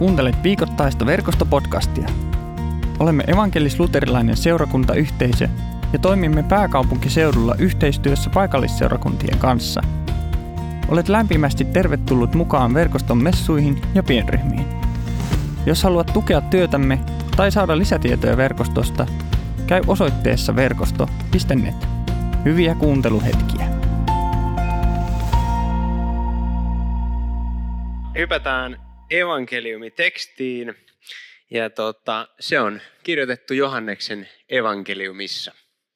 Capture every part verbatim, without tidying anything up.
Kuuntelet viikoittaista verkostopodcastia. Olemme evankelis-luterilainen seurakuntayhteisö ja toimimme pääkaupunkiseudulla yhteistyössä paikallisseurakuntien kanssa. Olet lämpimästi tervetullut mukaan verkoston messuihin ja pienryhmiin. Jos haluat tukea työtämme tai saada lisätietoja verkostosta, käy osoitteessa verkosto piste net. Hyviä kuunteluhetkiä. Hypätään evankeliumitekstiin ja tota, se on kirjoitettu Johanneksen evankeliumissa.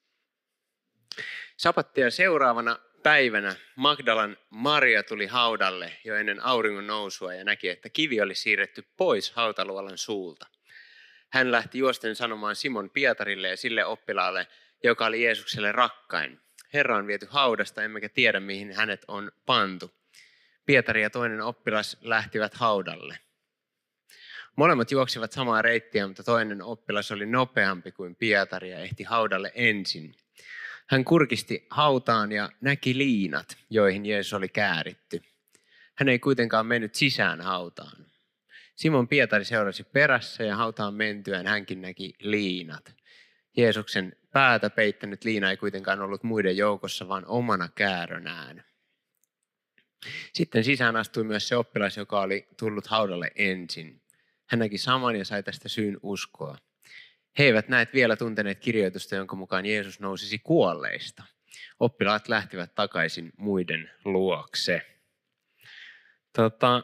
Sapattia seuraavana päivänä Magdalan Maria tuli haudalle jo ennen auringon nousua ja näki, että kivi oli siirretty pois hautaluolan suulta. Hän lähti juosten sanomaan Simon Pietarille ja sille oppilaalle, joka oli Jeesukselle rakkain. Herra on viety haudasta, emmekä tiedä mihin hänet on pantu. Pietari ja toinen oppilas lähtivät haudalle. Molemmat juoksivat samaa reittiä, mutta toinen oppilas oli nopeampi kuin Pietari ja ehti haudalle ensin. Hän kurkisti hautaan ja näki liinat, joihin Jeesus oli kääritty. Hän ei kuitenkaan mennyt sisään hautaan. Simon Pietari seurasi perässä ja hautaan mentyään hänkin näki liinat. Jeesuksen päätä peittänyt liina ei kuitenkaan ollut muiden joukossa, vaan omana käärönään. Sitten sisään astui myös se oppilas, joka oli tullut haudalle ensin. Hän näki saman ja sai tästä syyn uskoa. He eivät näet vielä tunteneet kirjoitusta, jonka mukaan Jeesus nousisi kuolleista. Oppilaat lähtivät takaisin muiden luokse. Tota,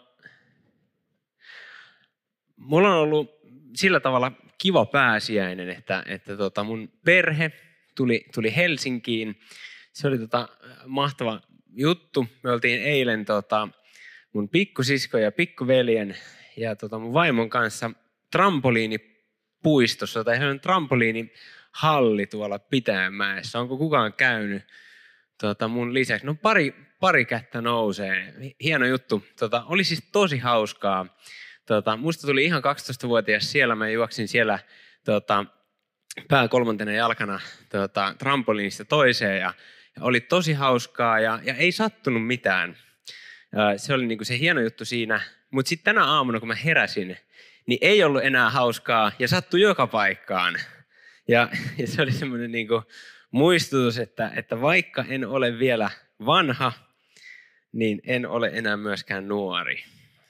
mulla on ollut sillä tavalla kiva pääsiäinen, että, että tota mun perhe tuli, tuli Helsinkiin. Se oli tota mahtava juttu. Me oltiin eilen tota, mun pikkusisko ja pikkuveljen ja tota, mun vaimon kanssa trampoliinipuistossa tai sellainen trampoliinihalli tuolla Pitäjänmäessä. Onko kukaan käynyt tota, mun lisäksi? No pari, pari kättä nousee. Hieno juttu. Tota, oli siis tosi hauskaa. Tota, musta tuli ihan kaksitoistavuotias siellä. Mä juoksin siellä tota, pää kolmantena jalkana tota, trampoliinista toiseen ja Ja oli tosi hauskaa ja, ja ei sattunut mitään. Se oli niinku se hieno juttu siinä. Mutta sitten tänä aamuna, kun mä heräsin, niin ei ollut enää hauskaa ja sattui joka paikkaan. Ja, ja se oli semmoinen niinku muistutus, että, että vaikka en ole vielä vanha, niin en ole enää myöskään nuori.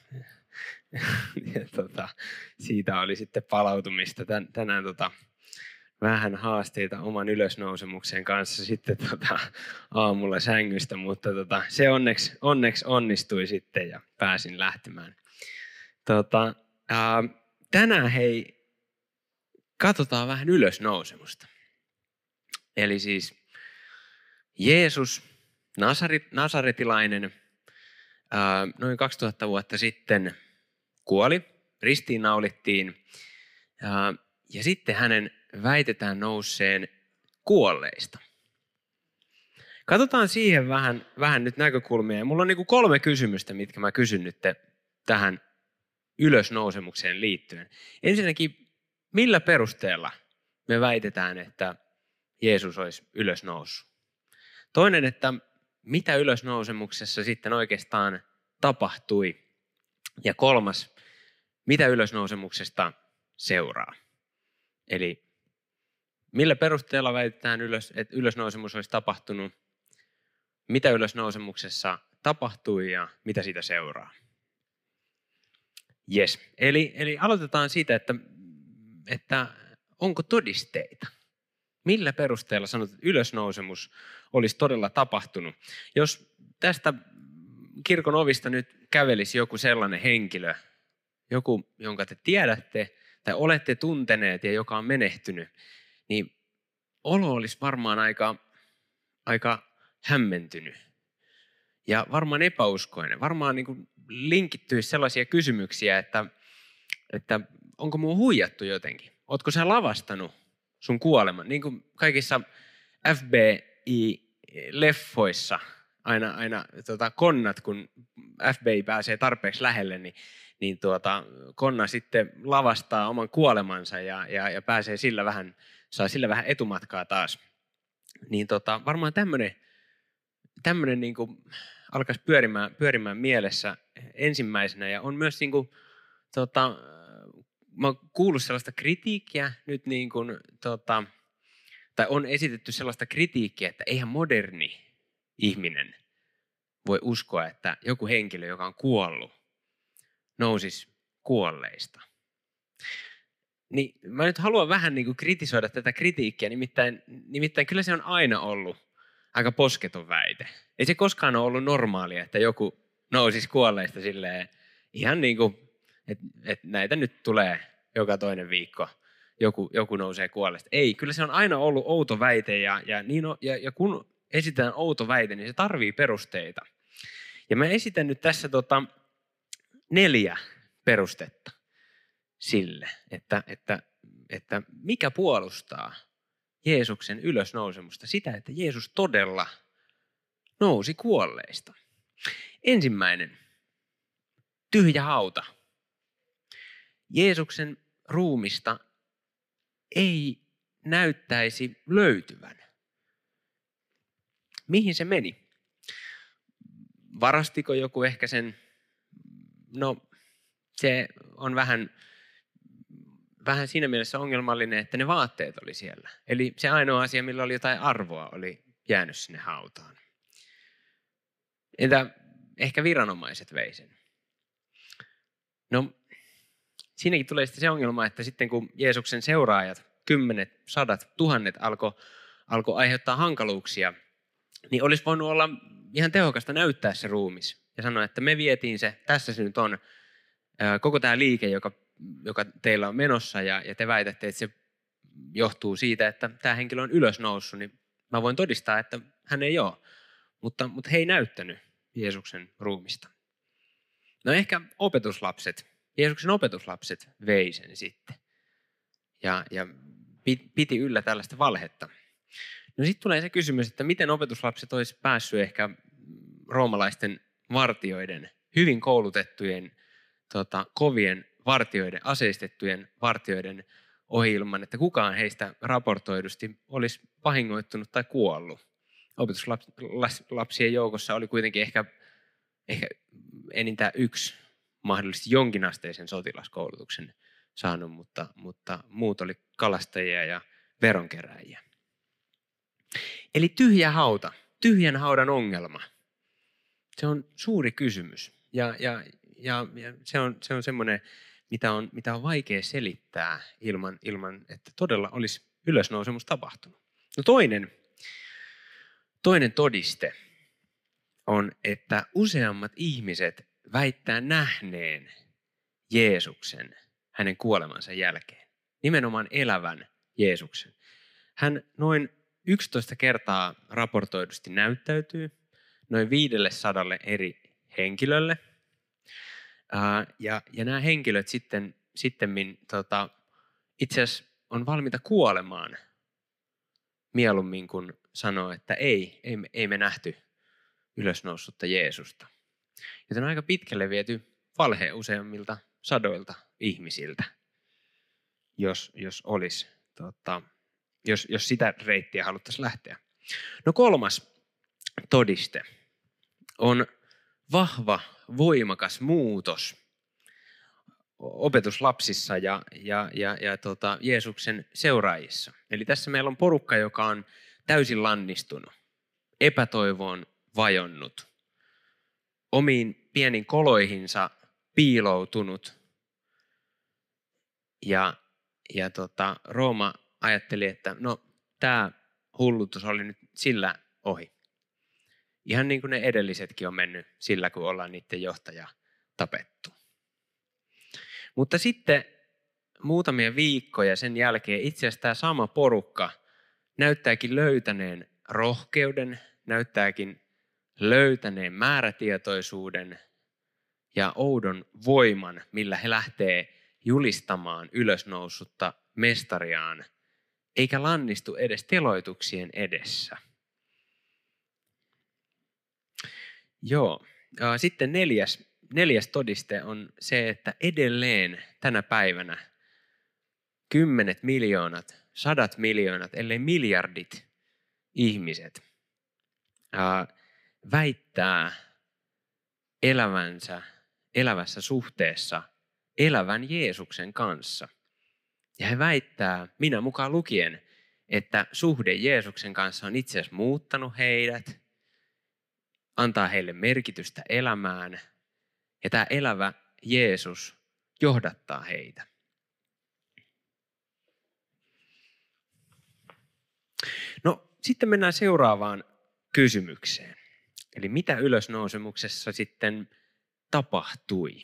Ja tota, siitä oli sitten palautumista Tän, tänään tota, vähän haasteita oman ylösnousemuksen kanssa sitten tota, aamulla sängystä, mutta tota, se onneksi, onneksi onnistui sitten ja pääsin lähtemään. Tota, ää, tänään hei, katsotaan vähän ylösnousemusta. Eli siis Jeesus, Nasaret, nasaretilainen, ää, noin kaksituhatta vuotta sitten kuoli, ristiin naulittiin ää, ja sitten hänen väitetään nousseen kuolleista. Katsotaan siihen vähän, vähän nyt näkökulmia. Mulla on niin kuin kolme kysymystä, mitkä mä kysyn nyt tähän ylösnousemukseen liittyen. Ensinnäkin, millä perusteella me väitetään, että Jeesus olisi ylösnoussut? Toinen, että mitä ylösnousemuksessa sitten oikeastaan tapahtui? Ja kolmas, mitä ylösnousemuksesta seuraa? Eli millä perusteella väitetään, ylös, että ylösnousemus olisi tapahtunut, mitä ylösnousemuksessa tapahtui ja mitä siitä seuraa. Yes. Eli, eli aloitetaan siitä, että, että onko todisteita. Millä perusteella sanot, että ylösnousemus olisi todella tapahtunut? Jos tästä kirkon ovista nyt kävelisi joku sellainen henkilö, joku, jonka te tiedätte tai olette tunteneet ja joka on menehtynyt, niin olo olisi varmaan aika, aika hämmentynyt ja varmaan epäuskoinen. Varmaan niin kuin linkittyisi sellaisia kysymyksiä, että, että onko minua huijattu jotenkin? Ootko sä lavastanut sun kuoleman? Niin kuin kaikissa F B I-leffoissa aina, aina tota, konnat, kun F B I pääsee tarpeeksi lähelle, niin niin tuota, konna sitten lavastaa oman kuolemansa ja, ja, ja pääsee sillä vähän, saa sillä vähän etumatkaa taas. Niin tota, varmaan tämmöinen tämmöinen niin kuin alkaisi pyörimään, pyörimään mielessä ensimmäisenä ja on myös niin kuin tota, mä oon kuullut sellaista kritiikkiä nyt niin kuin, tota, tai on esitetty sellaista kritiikkiä, että eihän moderni ihminen voi uskoa, että joku henkilö, joka on kuollut, nousisi kuolleista. Niin mä nyt haluan vähän niin kuin kritisoida tätä kritiikkiä, nimittäin, nimittäin kyllä se on aina ollut aika posketon väite. Ei se koskaan ole ollut normaalia, että joku nousisi kuolleista silleen ihan niin kuin, että, että näitä nyt tulee joka toinen viikko, joku, joku nousee kuolleista. Ei, kyllä se on aina ollut outo väite ja, ja, niin on, ja, ja kun esitetään outo väite, niin se tarvii perusteita. Ja mä esitän nyt tässä tota neljä perustetta sille, että, että, että mikä puolustaa Jeesuksen ylösnousemusta, sitä, että Jeesus todella nousi kuolleista. Ensimmäinen, tyhjä hauta. Jeesuksen ruumista ei näyttäisi löytyvän. Mihin se meni? Varastiko joku ehkä sen? No, se on vähän, vähän siinä mielessä ongelmallinen, että ne vaatteet oli siellä. Eli se ainoa asia, millä oli jotain arvoa, oli jäänyt sinne hautaan. Entä ehkä viranomaiset vei sen? No, siinäkin tulee sitten se ongelma, että sitten kun Jeesuksen seuraajat, kymmenet, sadat, tuhannet alkoi alko aiheuttaa hankaluuksia, niin olisi voinut olla ihan tehokasta näyttää se ruumis ja sanoa, että me vietiin se, tässä se nyt on koko tämä liike, joka, joka teillä on menossa ja, ja te väitätte, että se johtuu siitä, että tämä henkilö on ylösnoussut, niin mä voin todistaa, että hän ei ole, mutta, mutta he ei näyttänyt Jeesuksen ruumista. No ehkä opetuslapset, Jeesuksen opetuslapset vei sen sitten ja, ja piti yllä tällaista valhetta. No sitten tulee se kysymys, että miten opetuslapset olisi päässyt ehkä roomalaisten vartijoiden, hyvin koulutettujen, tota, kovien vartijoiden, aseistettujen vartijoiden ohi ilman, että kukaan heistä raportoidusti olisi vahingoittunut tai kuollut. Opetuslapsien joukossa oli kuitenkin ehkä, ehkä enintään yksi mahdollisesti jonkinasteisen sotilaskoulutuksen saanut, mutta, mutta muut oli kalastajia ja veronkeräjiä. Eli tyhjä hauta, tyhjän haudan ongelma. Se on suuri kysymys ja, ja, ja, ja se on, se on semmoinen, mitä on, mitä on vaikea selittää ilman, ilman, että todella olisi ylösnousemus tapahtunut. No toinen, toinen todiste on, että useammat ihmiset väittää nähneen Jeesuksen hänen kuolemansa jälkeen. Nimenomaan elävän Jeesuksen. Hän noin yksitoista kertaa raportoidusti näyttäytyy noin viidelle sadalle eri henkilölle. Ja, ja nämä henkilöt sitten sittemmin, tota, itse asiassa on valmiita kuolemaan mieluummin kuin sanoo, että ei, ei, me, ei me nähty ylösnoussutta Jeesusta. Joten on aika pitkälle viety valhe useimmilta sadoilta ihmisiltä, jos, jos olisi, tota, jos, jos sitä reittiä haluttaisiin lähteä. No kolmas todiste on vahva, voimakas muutos opetuslapsissa ja, ja, ja, ja tota, Jeesuksen seuraajissa. Eli tässä meillä on porukka, joka on täysin lannistunut, epätoivoon vajonnut, omiin pieniin koloihinsa piiloutunut. Ja, ja tota, Rooma ajatteli, että no tämä hullutus oli nyt sillä ohi. Ihan niin kuin ne edellisetkin on mennyt sillä, kun ollaan niiden johtaja tapettu. Mutta sitten muutamia viikkoja sen jälkeen itse asiassa tämä sama porukka näyttääkin löytäneen rohkeuden, näyttääkin löytäneen määrätietoisuuden ja oudon voiman, millä he lähtee julistamaan ylösnoussutta mestariaan, eikä lannistu edes teloituksien edessä. Joo. Sitten neljäs, neljäs todiste on se, että edelleen tänä päivänä kymmenet miljoonat, sadat miljoonat, ellei miljardit ihmiset ää, väittää elävänsä, elävässä suhteessa elävän Jeesuksen kanssa. Ja he väittää, minä mukaan lukien, että suhde Jeesuksen kanssa on itse asiassa muuttanut heidät, antaa heille merkitystä elämään. Ja tämä elävä Jeesus johdattaa heitä. No sitten mennään seuraavaan kysymykseen. Eli mitä ylösnousemuksessa sitten tapahtui?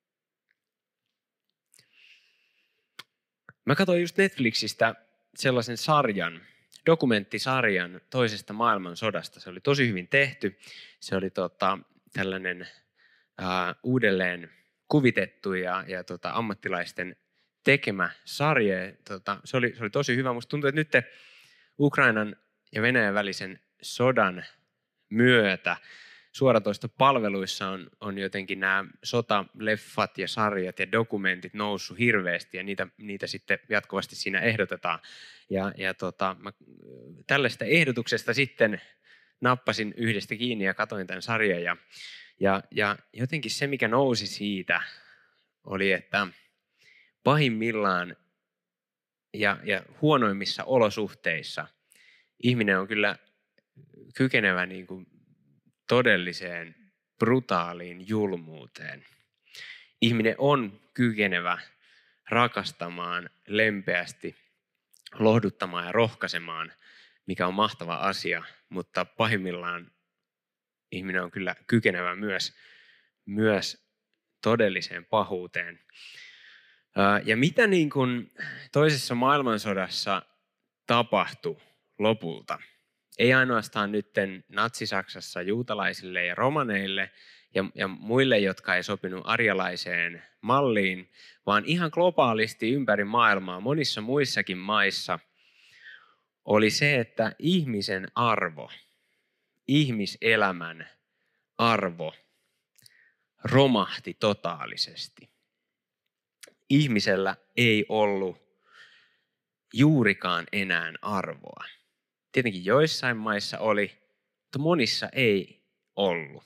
Mä katsoin just Netflixistä sellaisen sarjan, dokumenttisarjan toisesta maailmansodasta. Se oli tosi hyvin tehty. Se oli tota, tällainen uh, uudelleen kuvitettu ja, ja tota, ammattilaisten tekemä sarja. Tota, se, oli, se oli tosi hyvä. Musta tuntuu, että nyt Ukrainan ja Venäjän välisen sodan myötä suoratoistopalveluissa on, on jotenkin nämä sotaleffat ja sarjat ja dokumentit noussut hirveästi ja niitä, niitä sitten jatkuvasti siinä ehdotetaan. Ja, ja tota, mä tällaista ehdotuksesta sitten nappasin yhdestä kiinni ja katsoin tämän sarjan. Ja, ja, ja jotenkin se, mikä nousi siitä, oli, että pahimmillaan ja, ja huonoimmissa olosuhteissa ihminen on kyllä kykenevä niin kuin todelliseen brutaaliin julmuuteen. Ihminen on kykenevä rakastamaan lempeästi, lohduttamaan ja rohkaisemaan, mikä on mahtava asia, mutta pahimmillaan ihminen on kyllä kykenevä myös, myös todelliseen pahuuteen. Ja mitä niin kuin toisessa maailmansodassa tapahtui lopulta? Ei ainoastaan nytten Natsi-Saksassa juutalaisille ja romaneille ja, ja muille, jotka ei sopinut arjalaiseen malliin, vaan ihan globaalisti ympäri maailmaa, monissa muissakin maissa, oli se, että ihmisen arvo, ihmiselämän arvo romahti totaalisesti. Ihmisellä ei ollut juurikaan enää arvoa. Tietenkin joissain maissa oli, mutta monissa ei ollut.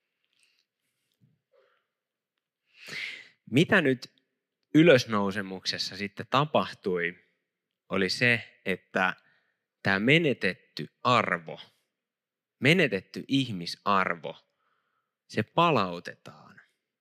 Mitä nyt ylösnousemuksessa sitten tapahtui, oli se, että tämä menetetty arvo, menetetty ihmisarvo, se palautetaan.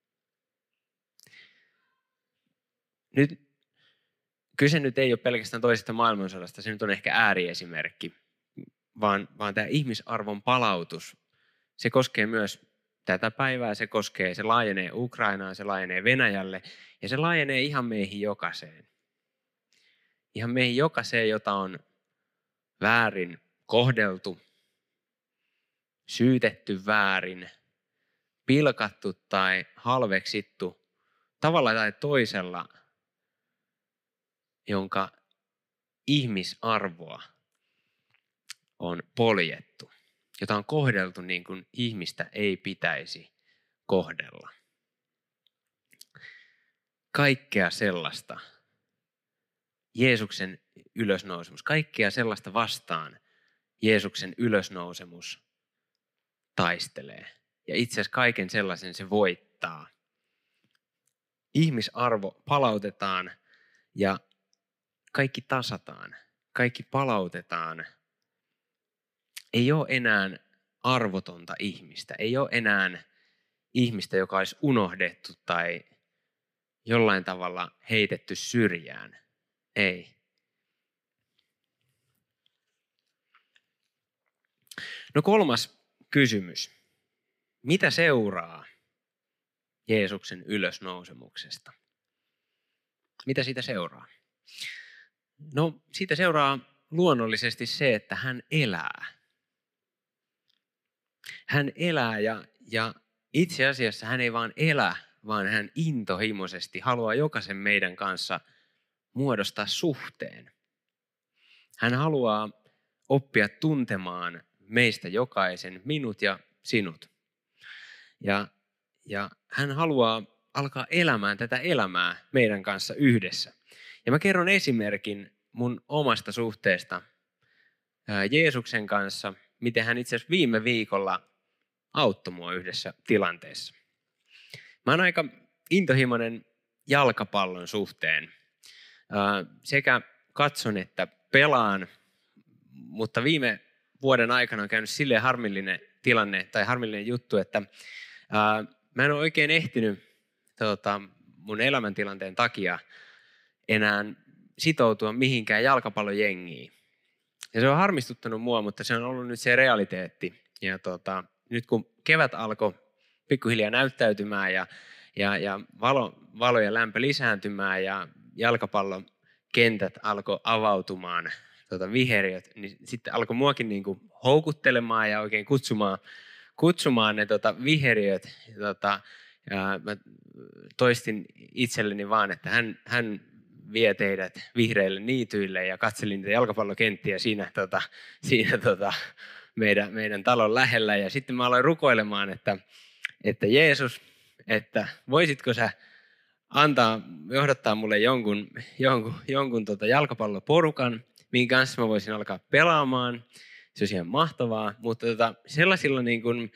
Nyt kyse nyt ei ole pelkästään toisesta maailmansodasta, se nyt on ehkä ääriesimerkki, vaan, vaan tämä ihmisarvon palautus, se koskee myös tätä päivää, se koskee, se laajenee Ukrainaan, se laajenee Venäjälle ja se laajenee ihan meihin jokaiseen. Ihan meihin jokaiseen, jota on väärin kohdeltu, syytetty väärin, pilkattu tai halveksittu tavalla tai toisella, jonka ihmisarvoa on poljettu, jota on kohdeltu niin kuin ihmistä ei pitäisi kohdella. Kaikkea sellaista, Jeesuksen ylösnousemus, kaikkea sellaista vastaan Jeesuksen ylösnousemus taistelee. Ja itse asiassa kaiken sellaisen se voittaa. Ihmisarvo palautetaan ja kaikki tasataan, kaikki palautetaan. Ei ole enää arvotonta ihmistä, ei ole enää ihmistä, joka olisi unohdettu tai jollain tavalla heitetty syrjään. Ei. No kolmas kysymys. Mitä seuraa Jeesuksen ylösnousemuksesta? Mitä siitä seuraa? No, siitä seuraa luonnollisesti se, että hän elää. Hän elää ja, ja itse asiassa hän ei vaan elä, vaan hän intohimoisesti haluaa jokaisen meidän kanssa muodostaa suhteen. Hän haluaa oppia tuntemaan meistä jokaisen, minut ja sinut. Ja, ja hän haluaa alkaa elämään tätä elämää meidän kanssa yhdessä. Ja mä kerron esimerkin mun omasta suhteesta Jeesuksen kanssa, miten hän itse asiassa viime viikolla auttoi mua yhdessä tilanteessa. Mä oon aika intohimoinen jalkapallon suhteen. Sekä katson että pelaan, mutta viime vuoden aikana on käynyt silleen harmillinen tilanne tai harmillinen juttu, että mä en ole oikein ehtinyt tota, mun elämäntilanteen takia enää sitoutua mihinkään jalkapallojengiin. Ja se on harmistuttanut mua, mutta se on ollut nyt se realiteetti. Ja tota, nyt kun kevät alkoi pikkuhiljaa näyttäytymään ja, ja, ja valo, valo ja lämpö lisääntymään ja jalkapallokentät alkoi avautumaan, tota, viheriöt, niin sitten alkoi muakin niinku houkuttelemaan ja oikein kutsumaan, kutsumaan ne tota, viheriöt. Ja, tota, ja mä toistin itselleni vaan, että hän, hän vie teidät vihreille niityille ja katselin niitä jalkapallokenttiä siinä, tota, siinä tota, meidän, meidän talon lähellä. Ja sitten mä aloin rukoilemaan, että, että Jeesus, että voisitko sä antaa, johdattaa mulle jonkun, jonkun, jonkun tota jalkapalloporukan, minkä kanssa mä voisin alkaa pelaamaan. Se olisi ihan mahtavaa, mutta tota, sellaisilla niin kuin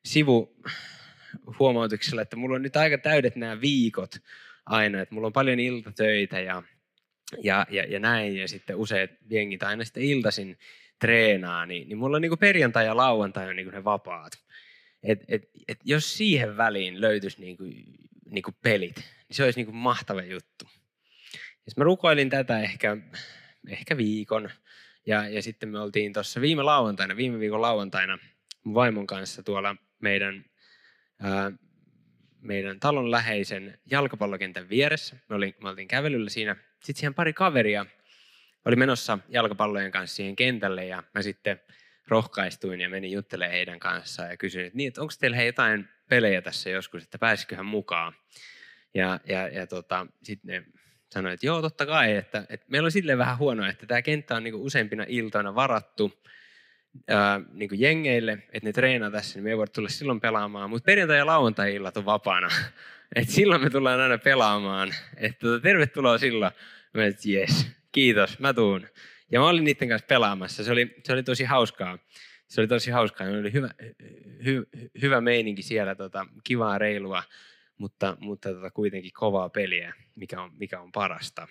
sivuhuomautuksilla, että mulla on nyt aika täydet nämä viikot aina, että mulla on paljon iltatöitä ja, ja, ja, ja näin, ja sitten useat jengit aina sitten iltaisin treenaa, niin, niin mulla on niin kuin perjantai ja lauantai on niin kuin ne vapaat. Et, et, et jos siihen väliin löytyisi niin kuin, niin kuin pelit, niin se olisi niin kuin mahtava juttu. Ja mä rukoilin tätä ehkä, ehkä viikon, ja, ja sitten me oltiin tuossa viime lauantaina, viime viikon lauantaina mun vaimon kanssa tuolla meidän, ää, meidän talon läheisen jalkapallokentän vieressä. Me, olin, me oltiin kävelyllä siinä. Sitten siihen pari kaveria oli menossa jalkapallojen kanssa siihen kentälle, ja mä sitten rohkaistuin ja menin juttelemaan heidän kanssaan ja kysyin, että, niin, että onko teillä jotain pelejä tässä joskus, että pääsiköhän mukaan. Ja, ja, ja tota, sitten ne sanoi, että joo, totta kai, että, että meillä on silleen vähän huonoa, että tämä kenttä on niinku useimpina iltoina varattu ää, niinku jengeille, että ne treenaa tässä, niin me ei voida tulla silloin pelaamaan, mutta perjantai- ja lauantai-illat on vapaana. Että silloin me tullaan aina pelaamaan. Että tota, tervetuloa silloin. Mä että jes, kiitos, mä tuun. Ja mä olin niiden kanssa pelaamassa. Se oli, se oli tosi hauskaa. Se oli tosi hauskaa. Se oli hyvä, hy, hyvä meininki siellä, tota, kivaa, reilua, mutta, mutta tota, kuitenkin kovaa peliä, mikä on, mikä on parasta.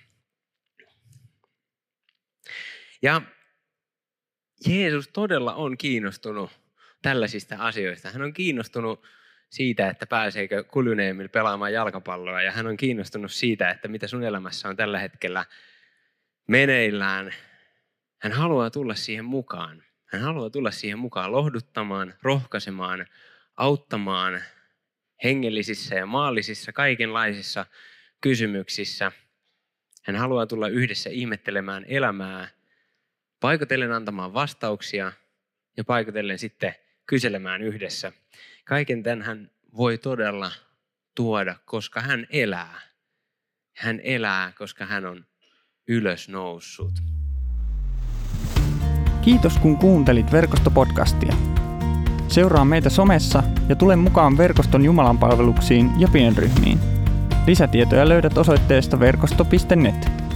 Ja Jeesus todella on kiinnostunut tällaisista asioista. Hän on kiinnostunut siitä, että pääseekö Kuljuneemillä pelaamaan jalkapalloa, ja hän on kiinnostunut siitä, että mitä sun elämässä on tällä hetkellä meneillään. Hän haluaa tulla siihen mukaan. Hän haluaa tulla siihen mukaan lohduttamaan, rohkaisemaan, auttamaan hengellisissä ja maallisissa, kaikenlaisissa kysymyksissä. Hän haluaa tulla yhdessä ihmettelemään elämää, paikotellen antamaan vastauksia ja paikotellen sitten kyselemään yhdessä. Kaiken tämän hän voi todella tuoda, koska hän elää. Hän elää, koska hän on ylösnoussut. Kiitos kun kuuntelit Verkosto-podcastia. Seuraa meitä somessa ja tule mukaan verkoston jumalanpalveluksiin ja pienryhmiin. Lisätietoja löydät osoitteesta verkosto piste net.